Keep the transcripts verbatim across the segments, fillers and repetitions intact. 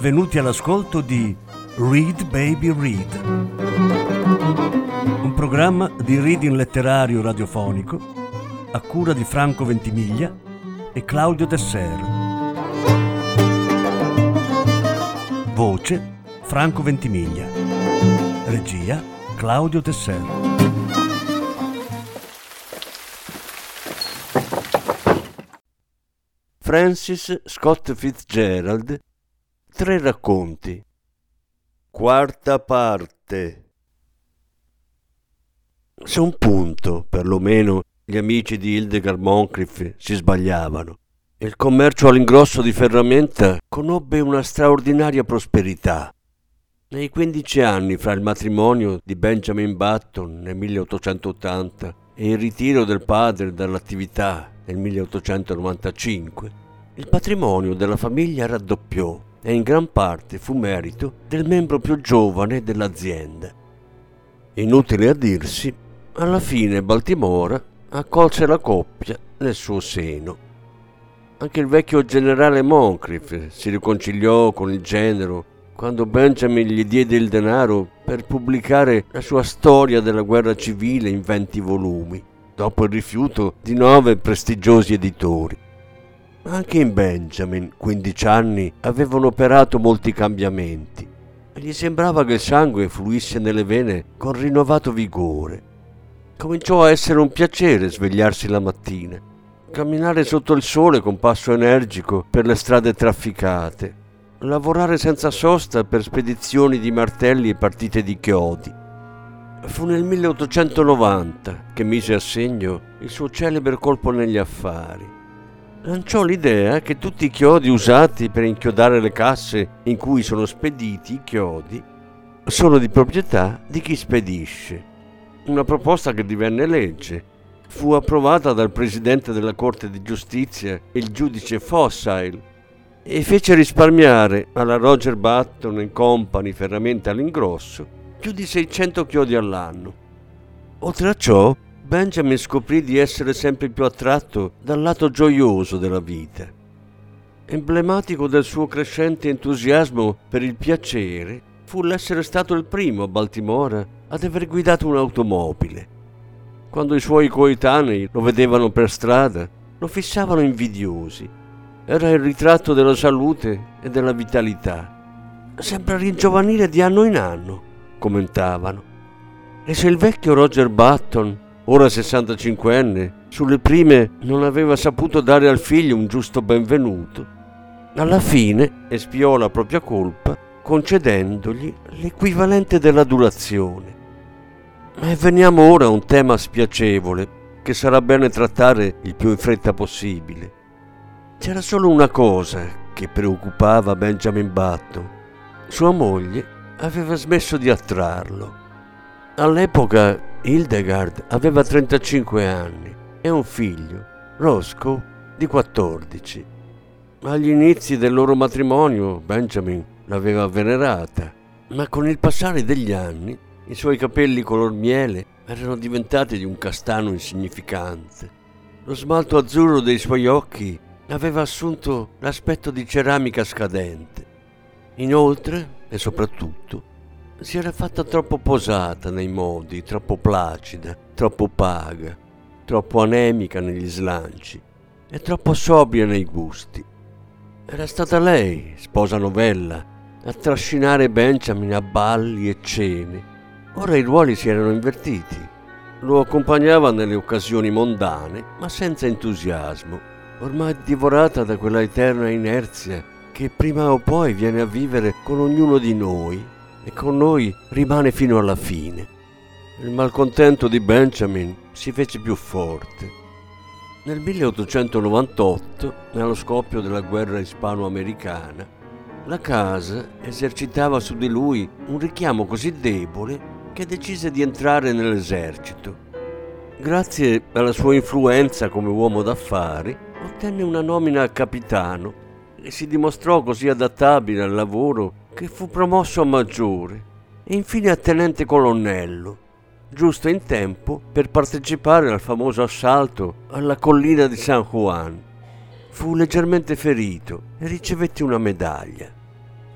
benvenuti all'ascolto di Read Baby Read, un programma di reading letterario radiofonico a cura di Franco Ventimiglia e Claudio Desser. Voce Franco Ventimiglia. Regia Claudio Desser. Francis Scott Fitzgerald. Tre racconti. Quarta parte. Se un punto, perlomeno, gli amici di Hildegard Moncrief si sbagliavano. Il commercio all'ingrosso di ferramenta conobbe una straordinaria prosperità. Nei quindici anni fra il matrimonio di Benjamin Button nel milleottocentottanta e il ritiro del padre dall'attività nel milleottocentonovantacinque, il patrimonio della famiglia raddoppiò e in gran parte fu merito del membro più giovane dell'azienda. Inutile a dirsi, alla fine Baltimora accolse la coppia nel suo seno. Anche il vecchio generale Moncrief si riconciliò con il genero quando Benjamin gli diede il denaro per pubblicare la sua storia della guerra civile in venti volumi, dopo il rifiuto di nove prestigiosi editori. Anche in Benjamin, quindici anni, avevano operato molti cambiamenti e gli sembrava che il sangue fluisse nelle vene con rinnovato vigore. Cominciò a essere un piacere svegliarsi la mattina, camminare sotto il sole con passo energico per le strade trafficate, lavorare senza sosta per spedizioni di martelli e partite di chiodi. Fu nel milleottocentonovanta che mise a segno il suo celebre colpo negli affari. Lanciò l'idea che tutti i chiodi usati per inchiodare le casse in cui sono spediti i chiodi sono di proprietà di chi spedisce. Una proposta che divenne legge. Fu approvata dal presidente della Corte di Giustizia, il giudice Fossil, e fece risparmiare alla Roger Button and Company ferramenta all'ingrosso più di seicento chiodi all'anno. Oltre a ciò, Benjamin scoprì di essere sempre più attratto dal lato gioioso della vita. Emblematico del suo crescente entusiasmo per il piacere fu l'essere stato il primo a Baltimora ad aver guidato un'automobile. Quando i suoi coetanei lo vedevano per strada, lo fissavano invidiosi. Era il ritratto della salute e della vitalità. Sembra ringiovanire di anno in anno, commentavano. E se il vecchio Roger Button, ora sessantacinquenne, sulle prime non aveva saputo dare al figlio un giusto benvenuto, alla fine espiò la propria colpa concedendogli l'equivalente dell'adulazione. E veniamo ora a un tema spiacevole che sarà bene trattare il più in fretta possibile. C'era solo una cosa che preoccupava Benjamin Button. Sua moglie aveva smesso di attrarlo. All'epoca Hildegard aveva trentacinque anni e un figlio, Roscoe, di quattordici. Agli inizi del loro matrimonio Benjamin l'aveva venerata, ma con il passare degli anni i suoi capelli color miele erano diventati di un castano insignificante. Lo smalto azzurro dei suoi occhi aveva assunto l'aspetto di ceramica scadente. Inoltre, e soprattutto, si era fatta troppo posata nei modi, troppo placida, troppo paga, troppo anemica negli slanci e troppo sobria nei gusti. Era stata lei, sposa novella, a trascinare Benjamin a balli e cene. Ora i ruoli si erano invertiti. Lo accompagnava nelle occasioni mondane, ma senza entusiasmo, ormai divorata da quella eterna inerzia che prima o poi viene a vivere con ognuno di noi e con noi rimane fino alla fine. Il malcontento di Benjamin si fece più forte. Nel milleottocentonovantotto, nello scoppio della guerra ispano-americana, la casa esercitava su di lui un richiamo così debole che decise di entrare nell'esercito. Grazie alla sua influenza come uomo d'affari, ottenne una nomina a capitano e si dimostrò così adattabile al lavoro che fu promosso a maggiore e infine a tenente colonnello, giusto in tempo per partecipare al famoso assalto alla collina di San Juan. Fu leggermente ferito e ricevette una medaglia.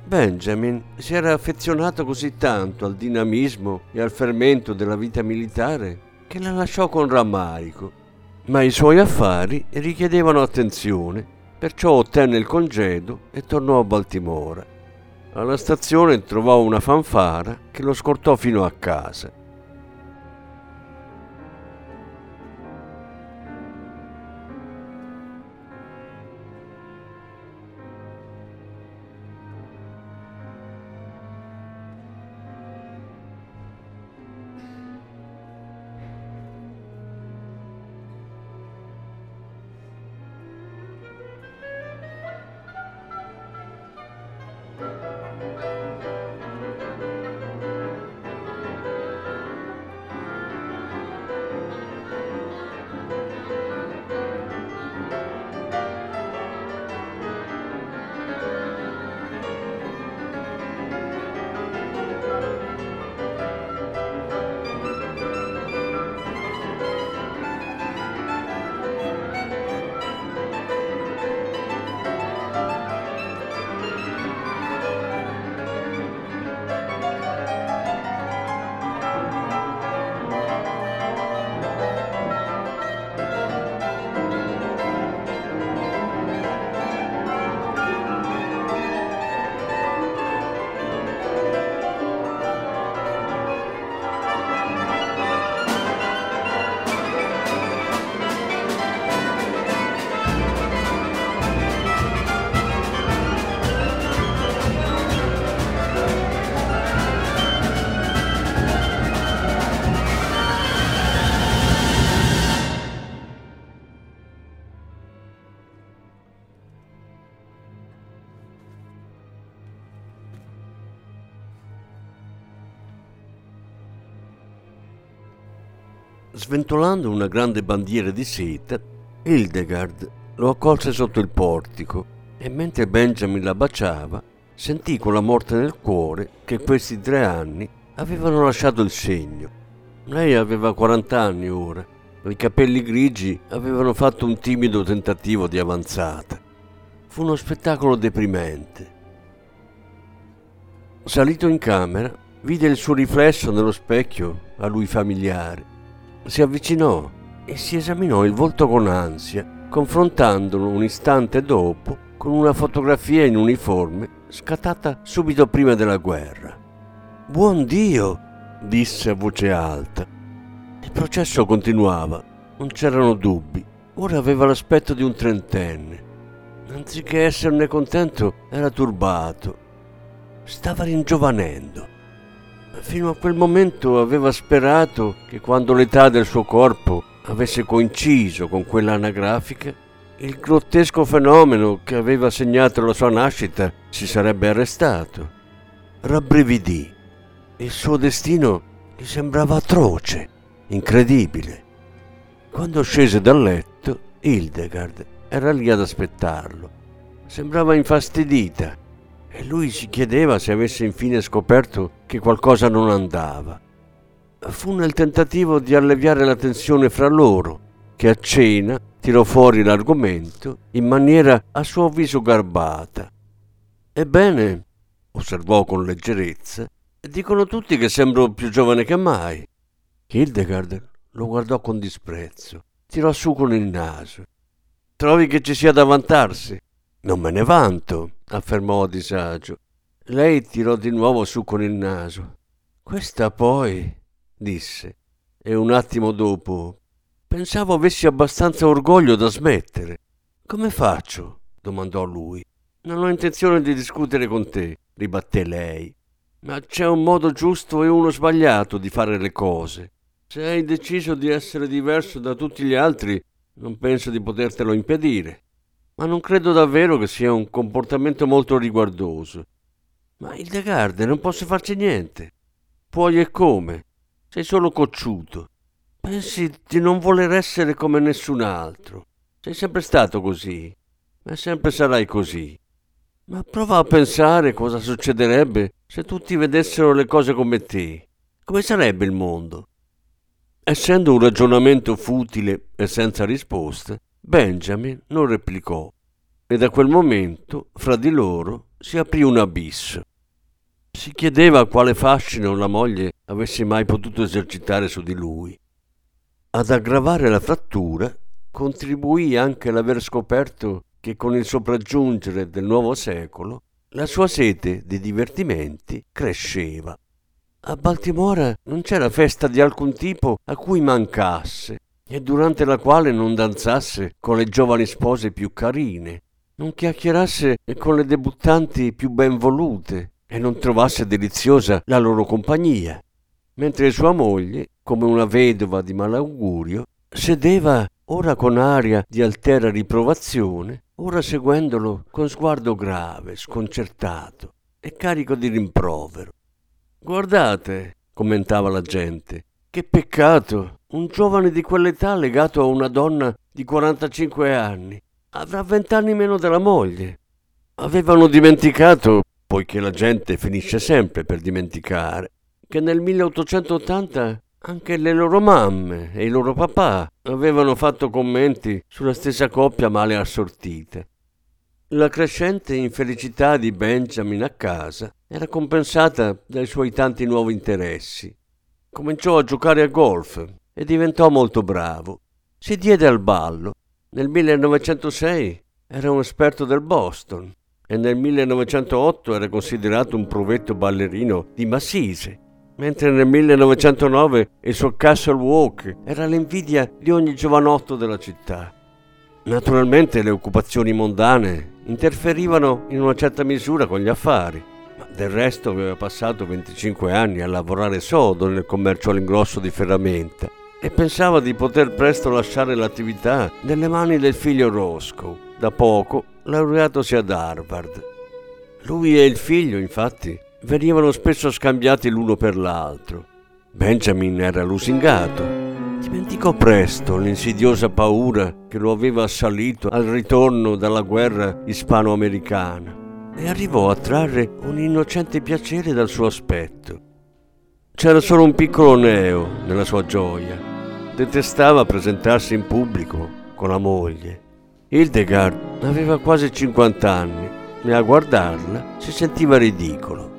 Benjamin si era affezionato così tanto al dinamismo e al fermento della vita militare che la lasciò con rammarico, ma i suoi affari richiedevano attenzione, perciò ottenne il congedo e tornò a Baltimora. Alla stazione trovò una fanfara che lo scortò fino a casa. Sventolando una grande bandiera di seta, Hildegard lo accolse sotto il portico e mentre Benjamin la baciava, sentì con la morte nel cuore che questi tre anni avevano lasciato il segno. Lei aveva quaranta anni ora, i capelli grigi avevano fatto un timido tentativo di avanzata. Fu uno spettacolo deprimente. Salito in camera, vide il suo riflesso nello specchio a lui familiare. Si avvicinò e si esaminò il volto con ansia, confrontandolo un istante dopo con una fotografia in uniforme scattata subito prima della guerra. «Buon Dio!» disse a voce alta. Il processo continuava, non c'erano dubbi. Ora aveva l'aspetto di un trentenne. Anziché esserne contento, era turbato. Stava ringiovanendo. Fino a quel momento aveva sperato che quando l'età del suo corpo avesse coinciso con quella anagrafica, il grottesco fenomeno che aveva segnato la sua nascita si sarebbe arrestato. Rabbrividì. Il suo destino gli sembrava atroce, incredibile. Quando scese dal letto, Hildegard era lì ad aspettarlo. Sembrava infastidita. E lui si chiedeva se avesse infine scoperto che qualcosa non andava. Fu nel tentativo di alleviare la tensione fra loro che a cena tirò fuori l'argomento in maniera a suo avviso garbata. «Ebbene», osservò con leggerezza, «dicono tutti che sembro più giovane che mai». Hildegard lo guardò con disprezzo, tirò su con il naso. «Trovi che ci sia da vantarsi?» «Non me ne vanto», affermò a disagio. Lei tirò di nuovo su con il naso. «Questa poi», disse, e un attimo dopo, «pensavo avessi abbastanza orgoglio da smettere». «Come faccio?» domandò lui. «Non ho intenzione di discutere con te», ribatté lei. «Ma c'è un modo giusto e uno sbagliato di fare le cose. Se hai deciso di essere diverso da tutti gli altri, non penso di potertelo impedire. Ma non credo davvero che sia un comportamento molto riguardoso». «Ma Hildegard, non posso farci niente». «Puoi e come? Sei solo cocciuto. Pensi di non voler essere come nessun altro. Sei sempre stato così e sempre sarai così. Ma prova a pensare cosa succederebbe se tutti vedessero le cose come te. Come sarebbe il mondo?» Essendo un ragionamento futile e senza risposta, Benjamin non replicò, e da quel momento fra di loro si aprì un abisso. Si chiedeva quale fascino la moglie avesse mai potuto esercitare su di lui. Ad aggravare la frattura contribuì anche l'aver scoperto che con il sopraggiungere del nuovo secolo la sua sete di divertimenti cresceva. A Baltimora non c'era festa di alcun tipo a cui mancasse e durante la quale non danzasse con le giovani spose più carine, non chiacchierasse con le debuttanti più ben volute e non trovasse deliziosa la loro compagnia, mentre sua moglie, come una vedova di malaugurio, sedeva ora con aria di altera riprovazione, ora seguendolo con sguardo grave, sconcertato e carico di rimprovero. «Guardate», commentava la gente, «che peccato, un giovane di quell'età legato a una donna di quarantacinque anni. Avrà vent'anni meno della moglie». Avevano dimenticato, poiché la gente finisce sempre per dimenticare, che nel milleottocentottanta anche le loro mamme e i loro papà avevano fatto commenti sulla stessa coppia male assortita. La crescente infelicità di Benjamin a casa era compensata dai suoi tanti nuovi interessi. Cominciò a giocare a golf e diventò molto bravo. Si diede al ballo. Nel millenovecentosei era un esperto del Boston e nel millenovecentotto era considerato un provetto ballerino di Massise, mentre nel millenovecentonove il suo Castle Walk era l'invidia di ogni giovanotto della città. Naturalmente le occupazioni mondane interferivano in una certa misura con gli affari, ma del resto aveva passato venticinque anni a lavorare sodo nel commercio all'ingrosso di ferramenta e pensava di poter presto lasciare l'attività nelle mani del figlio Roscoe, da poco laureatosi ad Harvard. Lui e il figlio, infatti, venivano spesso scambiati l'uno per l'altro. Benjamin era lusingato. Dimenticò presto l'insidiosa paura che lo aveva assalito al ritorno dalla guerra ispano-americana e arrivò a trarre un innocente piacere dal suo aspetto. C'era solo un piccolo neo nella sua gioia. Detestava presentarsi in pubblico con la moglie. Hildegard aveva quasi cinquanta anni e a guardarla si sentiva ridicolo.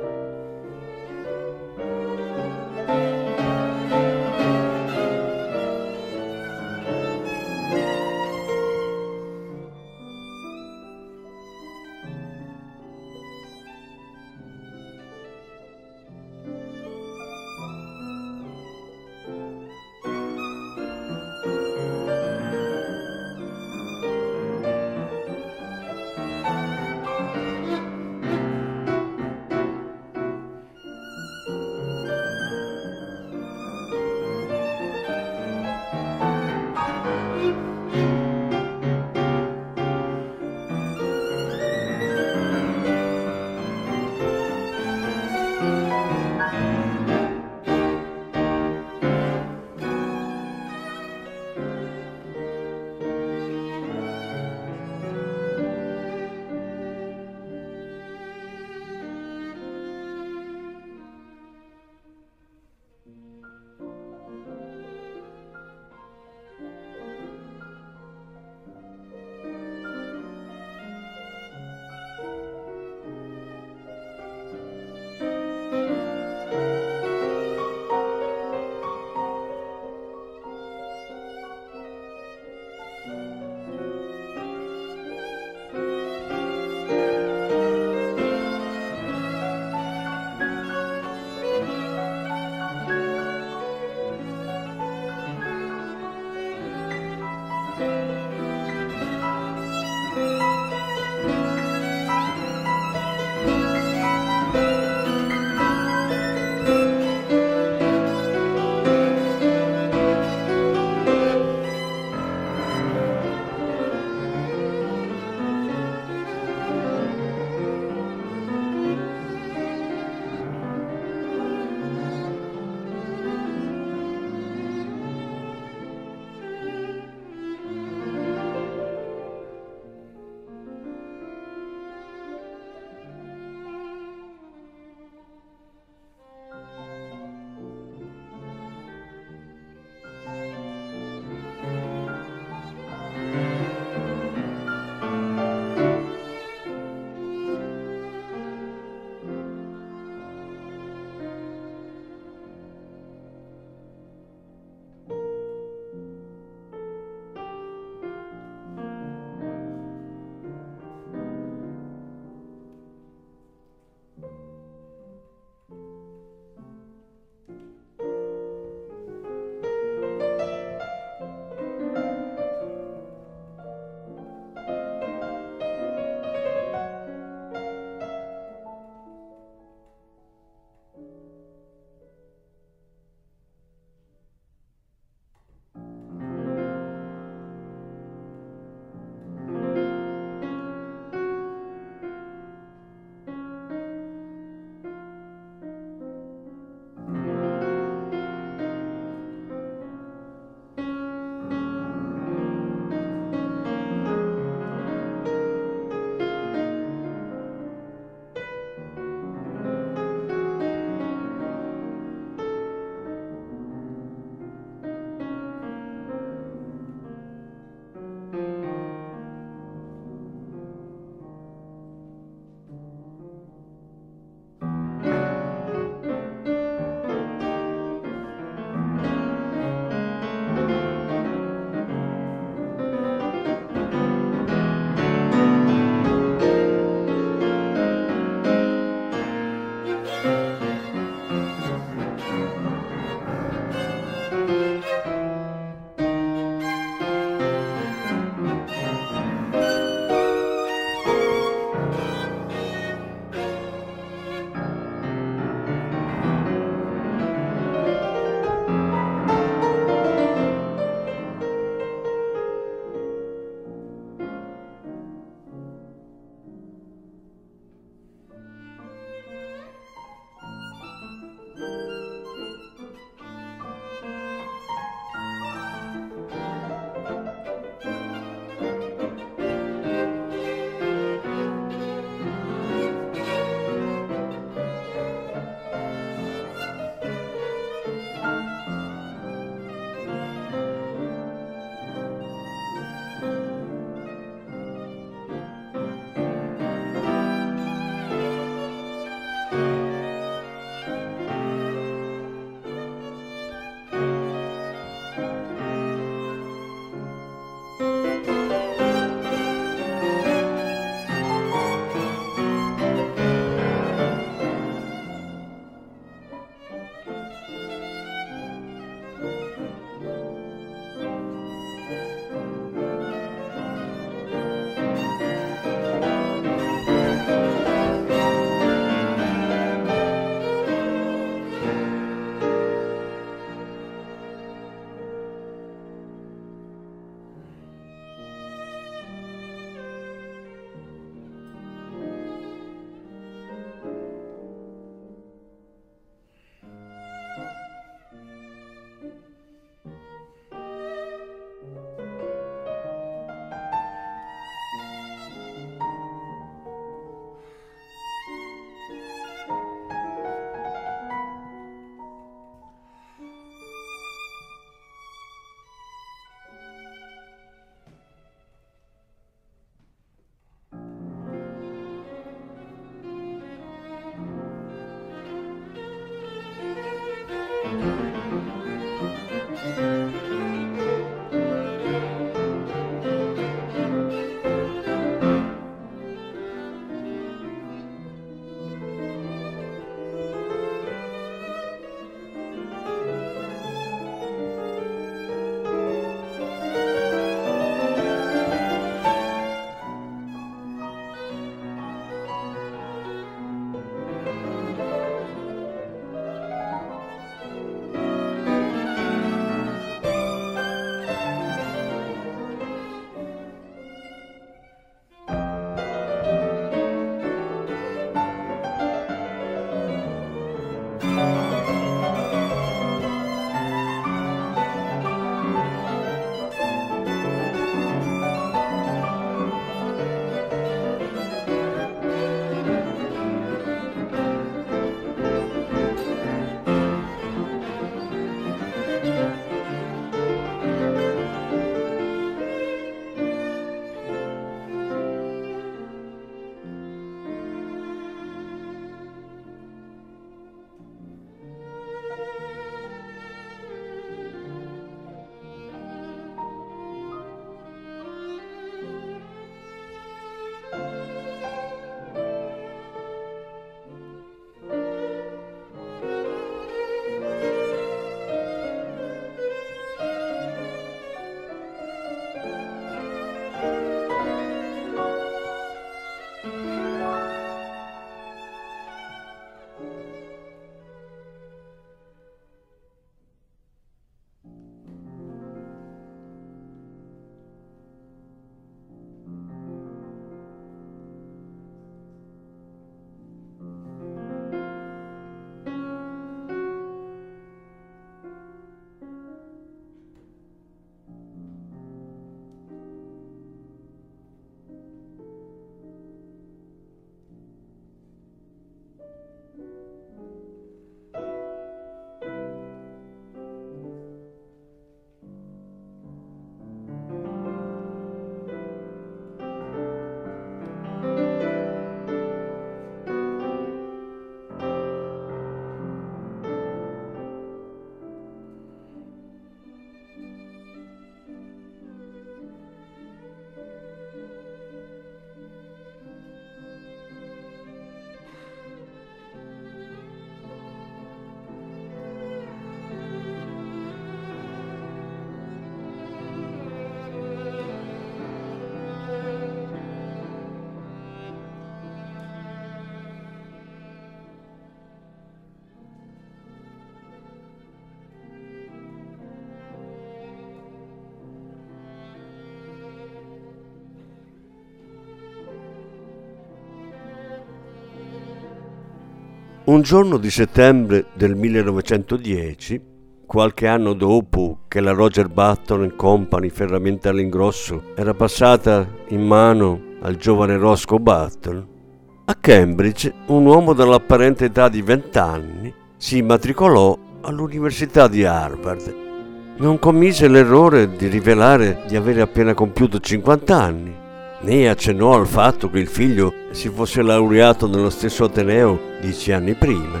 Un giorno di settembre del millenovecentodieci, qualche anno dopo che la Roger Button and Company ferramenta all'ingrosso era passata in mano al giovane Roscoe Button, a Cambridge un uomo dall'apparente età di vent'anni si immatricolò all'Università di Harvard. Non commise l'errore di rivelare di avere appena compiuto cinquanta anni, né accennò al fatto che il figlio si fosse laureato nello stesso ateneo dieci anni prima.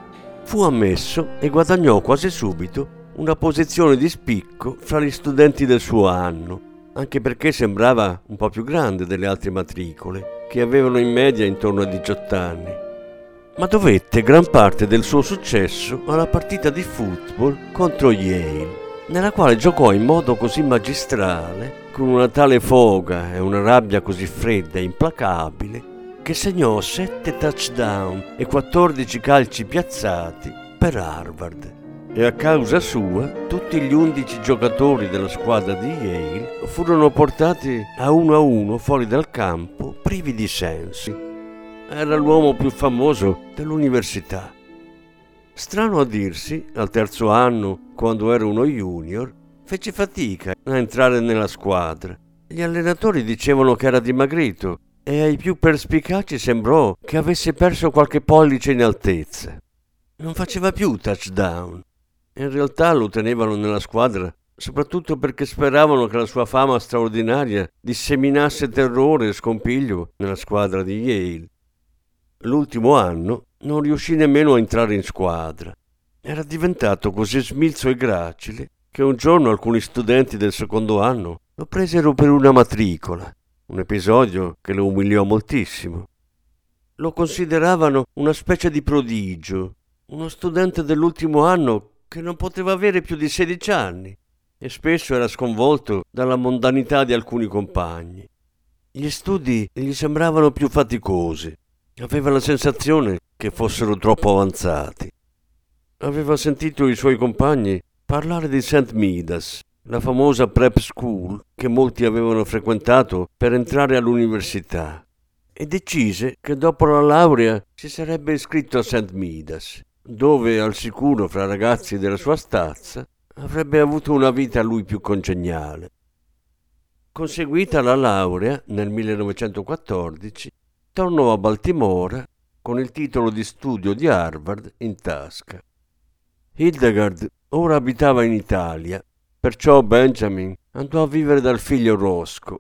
Fu ammesso e guadagnò quasi subito una posizione di spicco fra gli studenti del suo anno, anche perché sembrava un po' più grande delle altre matricole, che avevano in media intorno a diciotto anni. Ma dovette gran parte del suo successo alla partita di football contro Yale, nella quale giocò in modo così magistrale, con una tale foga e una rabbia così fredda e implacabile, che segnò sette touchdown e quattordici calci piazzati per Harvard. E a causa sua tutti gli undici giocatori della squadra di Yale furono portati a uno a uno fuori dal campo, privi di sensi. Era l'uomo più famoso dell'università. Strano a dirsi, al terzo anno, quando era uno junior, fece fatica a entrare nella squadra. Gli allenatori dicevano che era dimagrito e ai più perspicaci sembrò che avesse perso qualche pollice in altezza. Non faceva più touchdown. In realtà lo tenevano nella squadra soprattutto perché speravano che la sua fama straordinaria disseminasse terrore e scompiglio nella squadra di Yale. L'ultimo anno non riuscì nemmeno a entrare in squadra. Era diventato così smilzo e gracile che un giorno alcuni studenti del secondo anno lo presero per una matricola, un episodio che lo umiliò moltissimo. Lo consideravano una specie di prodigio, uno studente dell'ultimo anno che non poteva avere più di sedici anni e spesso era sconvolto dalla mondanità di alcuni compagni. Gli studi gli sembravano più faticosi. Aveva la sensazione che fossero troppo avanzati. Aveva sentito i suoi compagni parlare di Saint Midas, la famosa prep school che molti avevano frequentato per entrare all'università, e decise che dopo la laurea si sarebbe iscritto a Saint Midas, dove al sicuro fra ragazzi della sua stazza avrebbe avuto una vita a lui più congeniale. Conseguita la laurea nel millenovecentoquattordici, tornò a Baltimora con il titolo di studio di Harvard in tasca. Hildegard ora abitava in Italia, perciò Benjamin andò a vivere dal figlio Roscoe.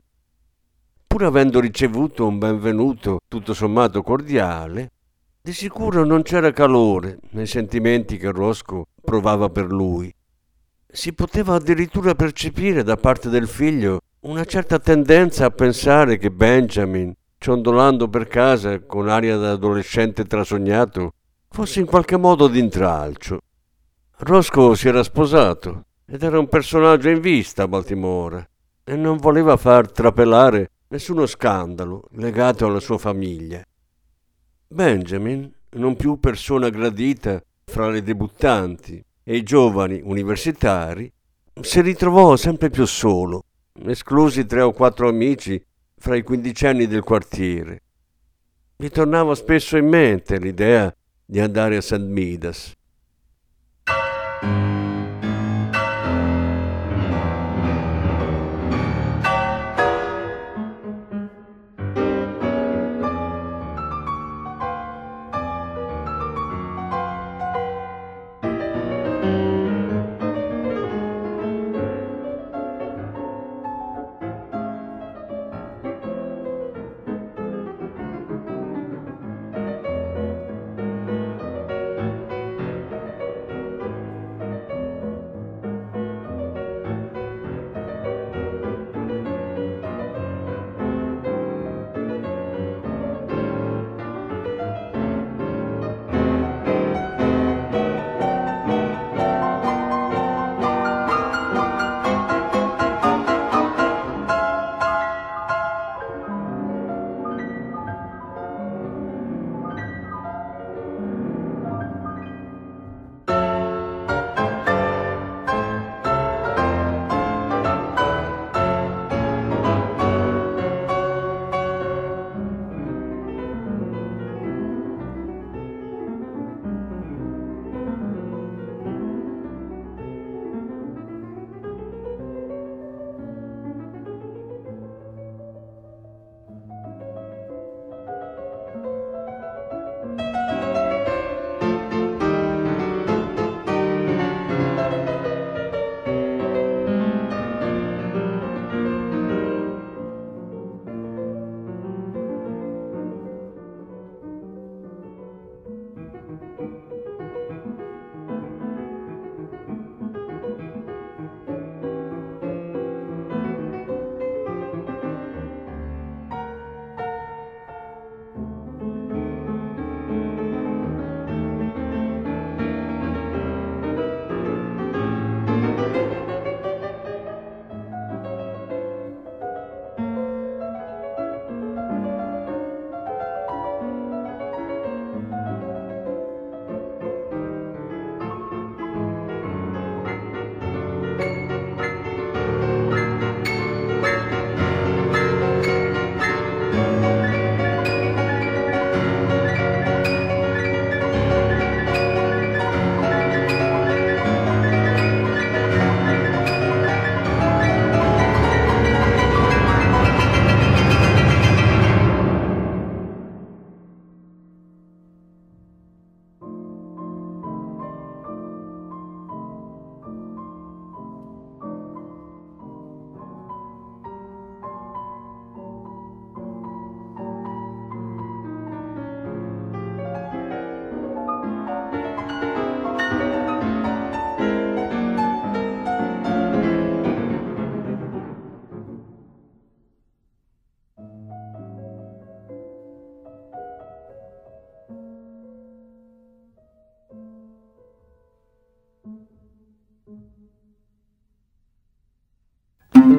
Pur avendo ricevuto un benvenuto tutto sommato cordiale, di sicuro non c'era calore nei sentimenti che Roscoe provava per lui. Si poteva addirittura percepire da parte del figlio una certa tendenza a pensare che Benjamin, ciondolando per casa con aria da adolescente trasognato, fosse in qualche modo d'intralcio. Roscoe si era sposato ed era un personaggio in vista a Baltimora e non voleva far trapelare nessuno scandalo legato alla sua famiglia. Benjamin, non più persona gradita fra le debuttanti e i giovani universitari, si ritrovò sempre più solo, esclusi tre o quattro amici fra i quindicenni del quartiere. Gli tornava spesso in mente l'idea di andare a Saint Midas.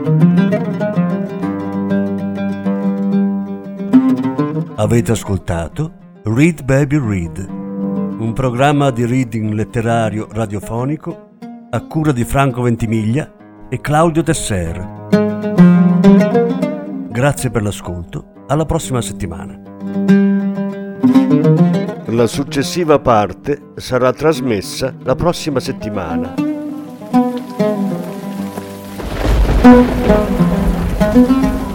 Avete ascoltato Read Baby Read, un programma di reading letterario radiofonico a cura di Franco Ventimiglia e Claudio Tesser. Grazie per l'ascolto, alla prossima settimana. La successiva parte sarà trasmessa la prossima settimana.